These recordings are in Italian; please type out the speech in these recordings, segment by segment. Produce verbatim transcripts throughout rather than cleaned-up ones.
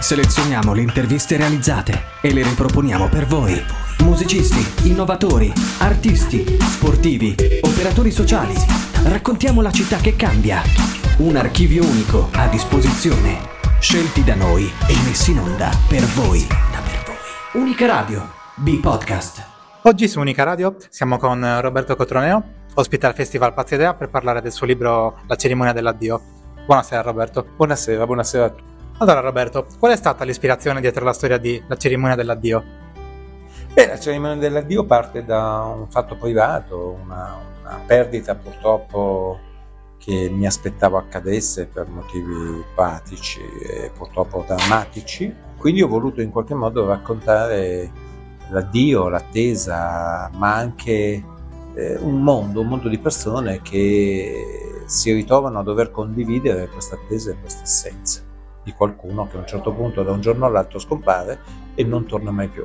Selezioniamo le interviste realizzate e le riproponiamo per voi. Musicisti, innovatori, artisti, sportivi, operatori sociali. Raccontiamo la città che cambia. Un archivio unico a disposizione. Scelti da noi e messi in onda per voi. Unica Radio, B-Podcast. Oggi su Unica Radio siamo con Roberto Cotroneo, ospite al Festival Pazza Idea per parlare del suo libro La cerimonia dell'addio. Buonasera Roberto. Buonasera, buonasera a tutti. Allora Roberto, qual è stata l'ispirazione dietro la storia di La cerimonia dell'addio? Beh, la cerimonia dell'addio parte da un fatto privato, una, una perdita purtroppo che mi aspettavo accadesse per motivi pratici e purtroppo drammatici. Quindi ho voluto in qualche modo raccontare l'addio, l'attesa, ma anche eh, un mondo, un mondo di persone che si ritrovano a dover condividere questa attesa e questa assenza di qualcuno che a un certo punto da un giorno all'altro scompare e non torna mai più.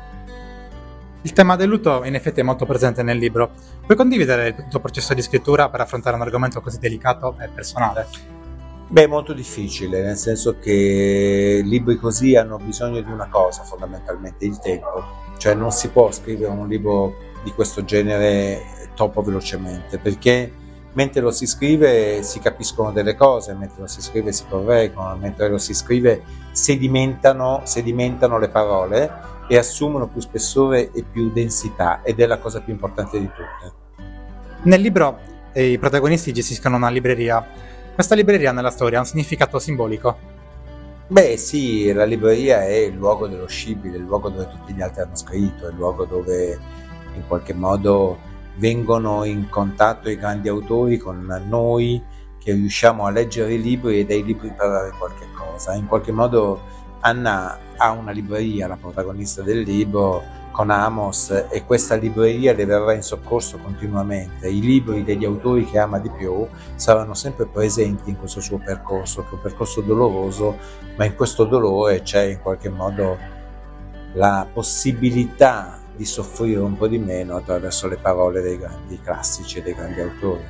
Il tema del lutto in effetti è molto presente nel libro. Puoi condividere il tuo processo di scrittura per affrontare un argomento così delicato e personale? Beh, è molto difficile, nel senso che libri così hanno bisogno di una cosa fondamentalmente, il tempo. Cioè non si può scrivere un libro di questo genere troppo velocemente, perché mentre lo si scrive si capiscono delle cose, mentre lo si scrive si correggono, mentre lo si scrive sedimentano, sedimentano le parole e assumono più spessore e più densità, ed è la cosa più importante di tutte. Nel libro eh, i protagonisti gestiscono una libreria. Questa libreria nella storia ha un significato simbolico? Beh sì, la libreria è il luogo dello scibile, il luogo dove tutti gli altri hanno scritto, è il luogo dove in qualche modo vengono in contatto i grandi autori con noi che riusciamo a leggere i libri e dai libri imparare qualche cosa. In qualche modo Anna ha una libreria, la protagonista del libro, con Amos, e questa libreria le verrà in soccorso continuamente. I libri degli autori che ama di più saranno sempre presenti in questo suo percorso, che è un percorso doloroso, ma in questo dolore c'è in qualche modo la possibilità di soffrire un po' di meno attraverso le parole dei grandi classici e dei grandi autori.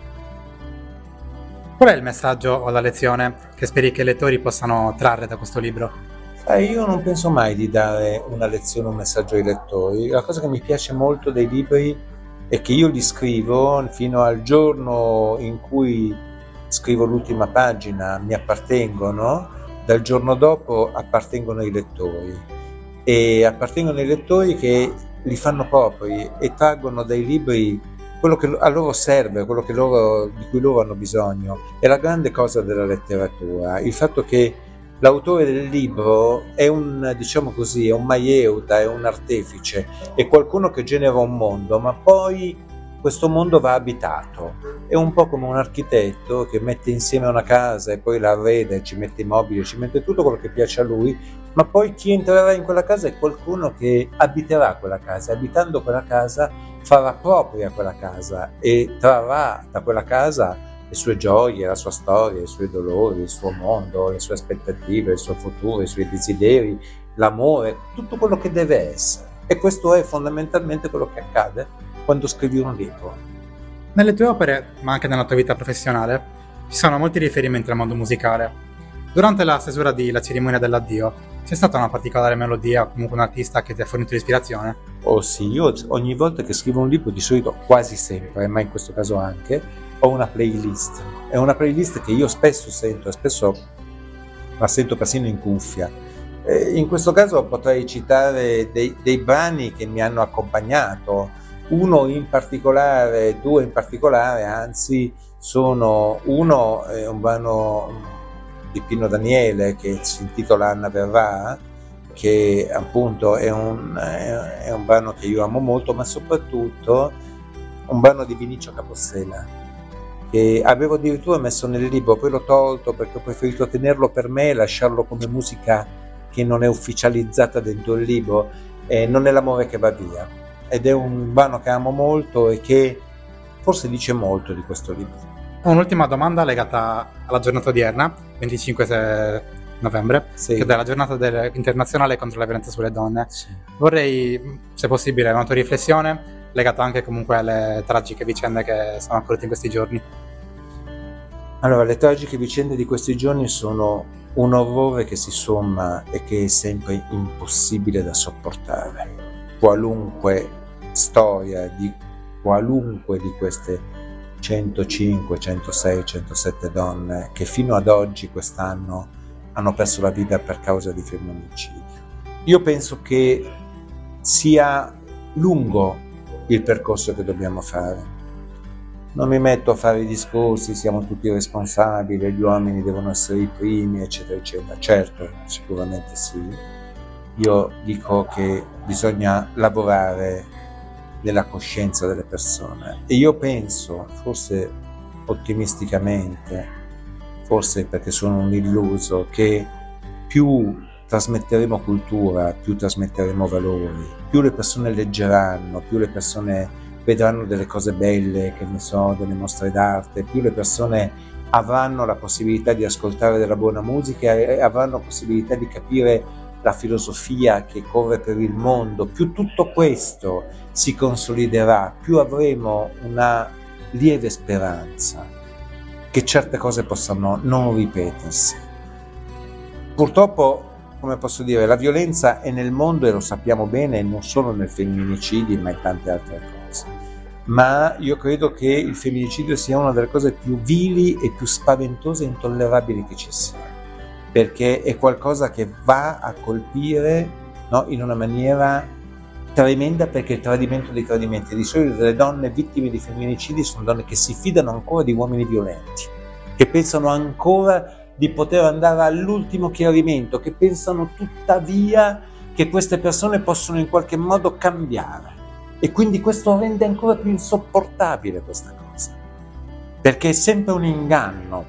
Qual è il messaggio o la lezione che speri che i lettori possano trarre da questo libro? Eh, io non penso mai di dare una lezione o un messaggio ai lettori. La cosa che mi piace molto dei libri è che io li scrivo fino al giorno in cui scrivo l'ultima pagina, mi appartengono, dal giorno dopo appartengono ai lettori. E appartengono ai lettori che li fanno propri e traggono dai libri quello che a loro serve, quello che loro, di cui loro hanno bisogno. È la grande cosa della letteratura, il fatto che l'autore del libro è un, diciamo così, è un maieuta, è un artefice, è qualcuno che genera un mondo, ma poi questo mondo va abitato. È un po' come un architetto che mette insieme una casa e poi la arreda, ci mette i mobili, ci mette tutto quello che piace a lui, ma poi chi entrerà in quella casa è qualcuno che abiterà quella casa, abitando quella casa farà propria quella casa e trarrà da quella casa le sue gioie, la sua storia, i suoi dolori, il suo mondo, le sue aspettative, il suo futuro, i suoi desideri, l'amore, tutto quello che deve essere. E questo è fondamentalmente quello che accade quando scrivi un libro. Nelle tue opere, ma anche nella tua vita professionale, ci sono molti riferimenti al mondo musicale. Durante la stesura di La cerimonia dell'addio, c'è stata una particolare melodia o comunque un artista che ti ha fornito ispirazione? Oh sì, io ogni volta che scrivo un libro, di solito quasi sempre, ma in questo caso anche, ho una playlist. È una playlist che io spesso sento e spesso la sento persino in cuffia. Eh, in questo caso potrei citare dei, dei brani che mi hanno accompagnato. Uno in particolare, due in particolare, anzi, sono uno è un brano di Pino Daniele che si intitola Anna verrà, che appunto è un, è un brano che io amo molto, ma soprattutto un brano di Vinicio Capossela che avevo addirittura messo nel libro, poi l'ho tolto perché ho preferito tenerlo per me e lasciarlo come musica che non è ufficializzata dentro il libro. Eh, non è l'amore che va via, ed è un brano che amo molto e che forse dice molto di questo libro. Un'ultima domanda legata alla giornata odierna, venticinque novembre, sì. Che è la giornata del, internazionale contro la violenza sulle donne. Sì. Vorrei, se possibile, una tua riflessione legata anche comunque alle tragiche vicende che sono accadute in questi giorni. Allora, le tragiche vicende di questi giorni sono un orrore che si somma e che è sempre impossibile da sopportare. Qualunque storia di qualunque di queste centocinque, centosei, centosette donne che fino ad oggi quest'anno hanno perso la vita per causa di femminicidio. Io penso che sia lungo il percorso che dobbiamo fare. Non mi metto a fare i discorsi, siamo tutti responsabili, gli uomini devono essere i primi, eccetera, eccetera. Certo, sicuramente sì. Io dico che bisogna lavorare nella coscienza delle persone e io penso, forse ottimisticamente, forse perché sono un illuso, che più trasmetteremo cultura, più trasmetteremo valori, più le persone leggeranno, più le persone vedranno delle cose belle, che ne so, delle mostre d'arte, più le persone avranno la possibilità di ascoltare della buona musica e avranno la possibilità di capire la filosofia che corre per il mondo, più tutto questo si consoliderà, più avremo una lieve speranza che certe cose possano non ripetersi. Purtroppo, come posso dire, la violenza è nel mondo e lo sappiamo bene, non solo nel femminicidio ma in tante altre cose. Ma io credo che il femminicidio sia una delle cose più vili e più spaventose e intollerabili che ci sia, perché è qualcosa che va a colpire, no, in una maniera tremenda, perché il tradimento dei tradimenti. Di solito le donne vittime di femminicidi sono donne che si fidano ancora di uomini violenti, che pensano ancora di poter andare all'ultimo chiarimento, che pensano tuttavia che queste persone possono in qualche modo cambiare, e quindi questo rende ancora più insopportabile questa cosa, perché è sempre un inganno,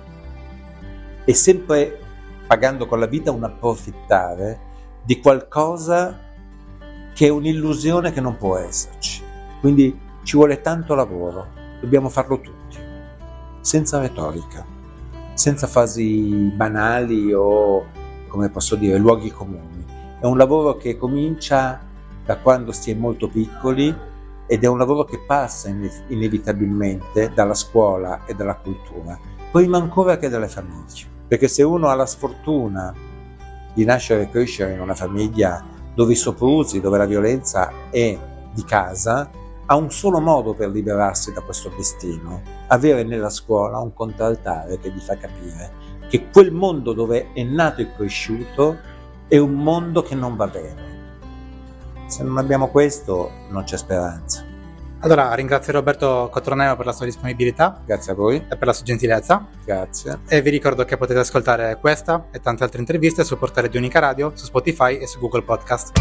è sempre, pagando con la vita, un approfittare di qualcosa che è un'illusione che non può esserci. Quindi ci vuole tanto lavoro, dobbiamo farlo tutti, senza retorica, senza fasi banali o, come posso dire, luoghi comuni. È un lavoro che comincia da quando si è molto piccoli ed è un lavoro che passa inevitabilmente dalla scuola e dalla cultura, prima ancora che dalle famiglie. Perché se uno ha la sfortuna di nascere e crescere in una famiglia dove i soprusi, dove la violenza è di casa, ha un solo modo per liberarsi da questo destino: avere nella scuola un contraltare che gli fa capire che quel mondo dove è nato e cresciuto è un mondo che non va bene. Se non abbiamo questo, non c'è speranza. Allora, ringrazio Roberto Cotroneo per la sua disponibilità. Grazie a voi. E per la sua gentilezza. Grazie. E vi ricordo che potete ascoltare questa e tante altre interviste sul portale di Unica Radio, su Spotify e su Google Podcast.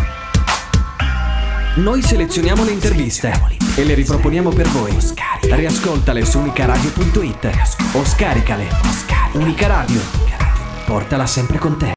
Noi selezioniamo le interviste e le riproponiamo per voi. Riascoltale su unicaradio punto it o scaricale. Unica Radio. Portala sempre con te.